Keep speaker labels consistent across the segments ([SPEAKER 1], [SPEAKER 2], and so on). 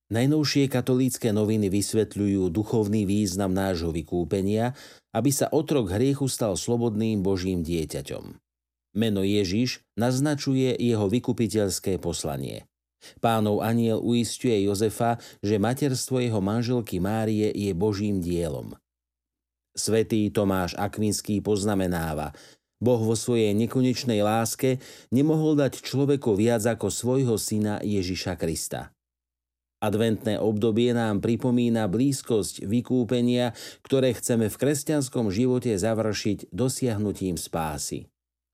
[SPEAKER 1] Najnovšie katolícke noviny vysvetľujú duchovný význam nášho vykúpenia, aby sa otrok hriechu stal slobodným Božím dieťaťom. Meno Ježiš naznačuje jeho vykupiteľské poslanie. Pánov anjel uisťuje Jozefa, že materstvo jeho manželky Márie je Božím dielom. Svätý Tomáš Akvinský poznamenáva: Boh vo svojej nekonečnej láske nemohol dať človeku viac ako svojho syna Ježiša Krista. Adventné obdobie nám pripomína blízkosť vykúpenia, ktoré chceme v kresťanskom živote završiť dosiahnutím spásy.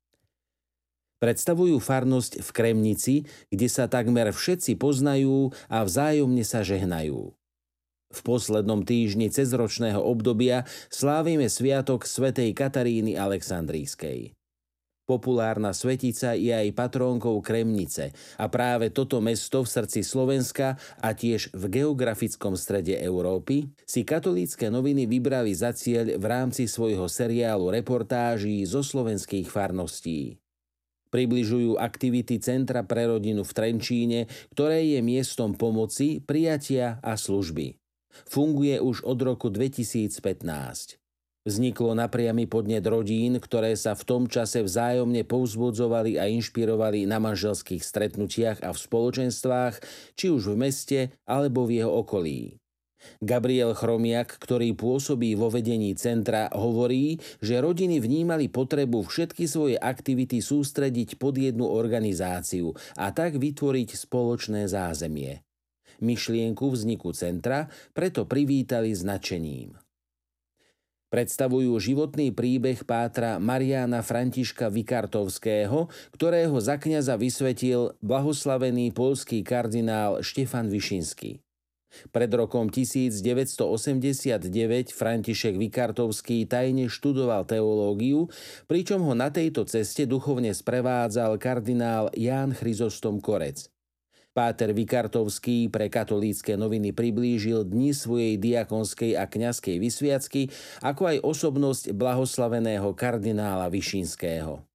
[SPEAKER 1] Predstavujú farnosť v Kremnici, kde sa takmer všetci poznajú a vzájomne sa žehnajú. V poslednom týždni cezročného obdobia slávime sviatok svätej Kataríny Alexandrijskej. Populárna svetica je aj patrónkou Kremnice a práve toto mesto v srdci Slovenska a tiež v geografickom strede Európy si katolícke noviny vybrali za cieľ v rámci svojho seriálu reportáží zo slovenských farností. Približujú aktivity Centra pre rodinu v Trenčíne, ktoré je miestom pomoci, prijatia a služby. Funguje už od roku 2015. Vzniklo na priamy podnet rodín, ktoré sa v tom čase vzájomne povzbudzovali a inšpirovali na manželských stretnutiach a v spoločenstvách, či už v meste alebo v jeho okolí. Gabriel Chromiak, ktorý pôsobí vo vedení centra, hovorí, že rodiny vnímali potrebu všetky svoje aktivity sústrediť pod jednu organizáciu a tak vytvoriť spoločné zázemie. Myšlienku vzniku centra preto privítali s nadšením. Predstavujú životný príbeh pátra Mariána Františka Vikartovského, ktorého za kňaza vysvetil blahoslavený poľský kardinál Štefan Vyšinský. Pred rokom 1989 František Vikartovský tajne študoval teológiu, pričom ho na tejto ceste duchovne sprevádzal kardinál Ján Chryzostom Korec. Páter Vikartovský pre katolícke noviny priblížil dni svojej diakonskej a kňazskej vysviacky, ako aj osobnosť blahoslaveného kardinála Vyšinského.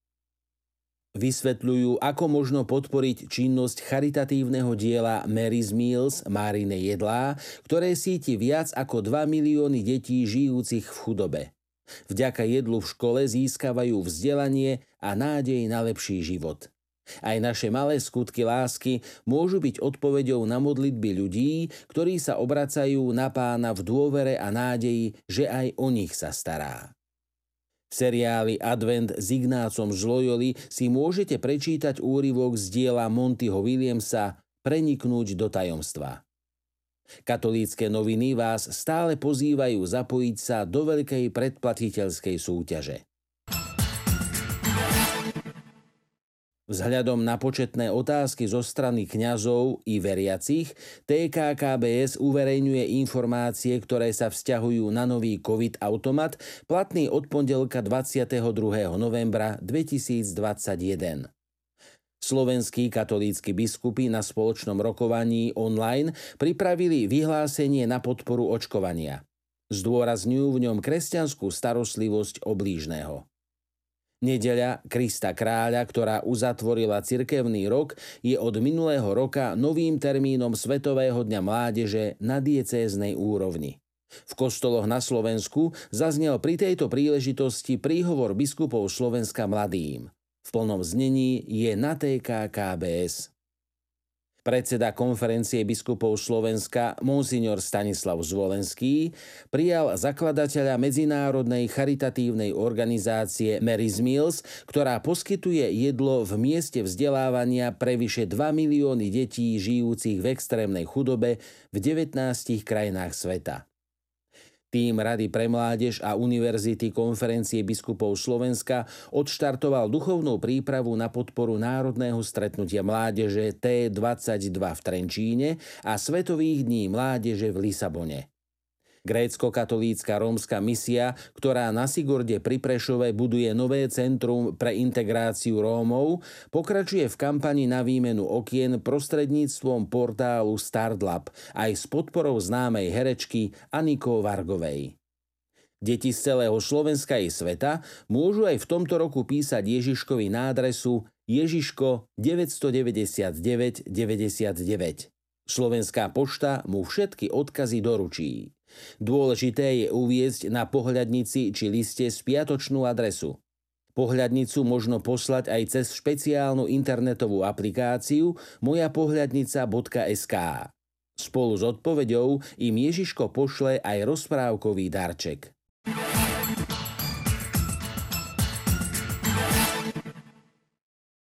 [SPEAKER 1] Vysvetľujú, ako možno podporiť činnosť charitatívneho diela Mary's Meals, Márine jedlá, ktoré síti viac ako 2 milióny detí žijúcich v chudobe. Vďaka jedlu v škole získavajú vzdelanie a nádej na lepší život. Aj naše malé skutky lásky môžu byť odpoveďou na modlitby ľudí, ktorí sa obracajú na Pána v dôvere a nádeji, že aj o nich sa stará. V seriáli Advent s Ignácom z Loyoli si môžete prečítať úryvok z diela Montyho Williamsa Preniknúť do tajomstva. Katolícke noviny vás stále pozývajú zapojiť sa do veľkej predplatiteľskej súťaže. Vzhľadom na početné otázky zo strany kňazov i veriacich, TKKBS uverejňuje informácie, ktoré sa vzťahujú na nový COVID-automat, platný od pondelka 22. novembra 2021. Slovenskí katolícki biskupy na spoločnom rokovaní online pripravili vyhlásenie na podporu očkovania. Zdôrazňujú v ňom kresťanskú starostlivosť o blížneho. Nedeľa Krista kráľa, ktorá uzatvorila cirkevný rok, je od minulého roka novým termínom Svetového dňa mládeže na diecéznej úrovni. V kostoloch na Slovensku zaznel pri tejto príležitosti príhovor biskupov Slovenska mladým. V plnom znení je na TKKBS. Predseda konferencie biskupov Slovenska monsignor Stanislav Zvolenský prijal zakladateľa medzinárodnej charitatívnej organizácie Mary's Meals, ktorá poskytuje jedlo v mieste vzdelávania pre vyše 2 milióny detí žijúcich v extrémnej chudobe v 19 krajinách sveta. Tým Rady pre mládež a Univerzity konferencie biskupov Slovenska odštartoval duchovnú prípravu na podporu národného stretnutia mládeže T22 v Trenčíne a Svetových dní mládeže v Lisabone. Grécko-katolícka rómska misia, ktorá na Sigorde pri Prešove buduje nové centrum pre integráciu Rómov, pokračuje v kampani na výmenu okien prostredníctvom portálu Startlab aj s podporou známej herečky Aniko Vargovej. Deti z celého Slovenska i sveta môžu aj v tomto roku písať Ježiškovi na adresu Ježiško 999 99. Slovenská pošta mu všetky odkazy doručí. Dôležité je uviesť na pohľadnici či liste spiatočnú adresu. Pohľadnicu možno poslať aj cez špeciálnu internetovú aplikáciu mojapohľadnica.sk. Spolu s odpoveďou im Ježiško pošle aj rozprávkový darček.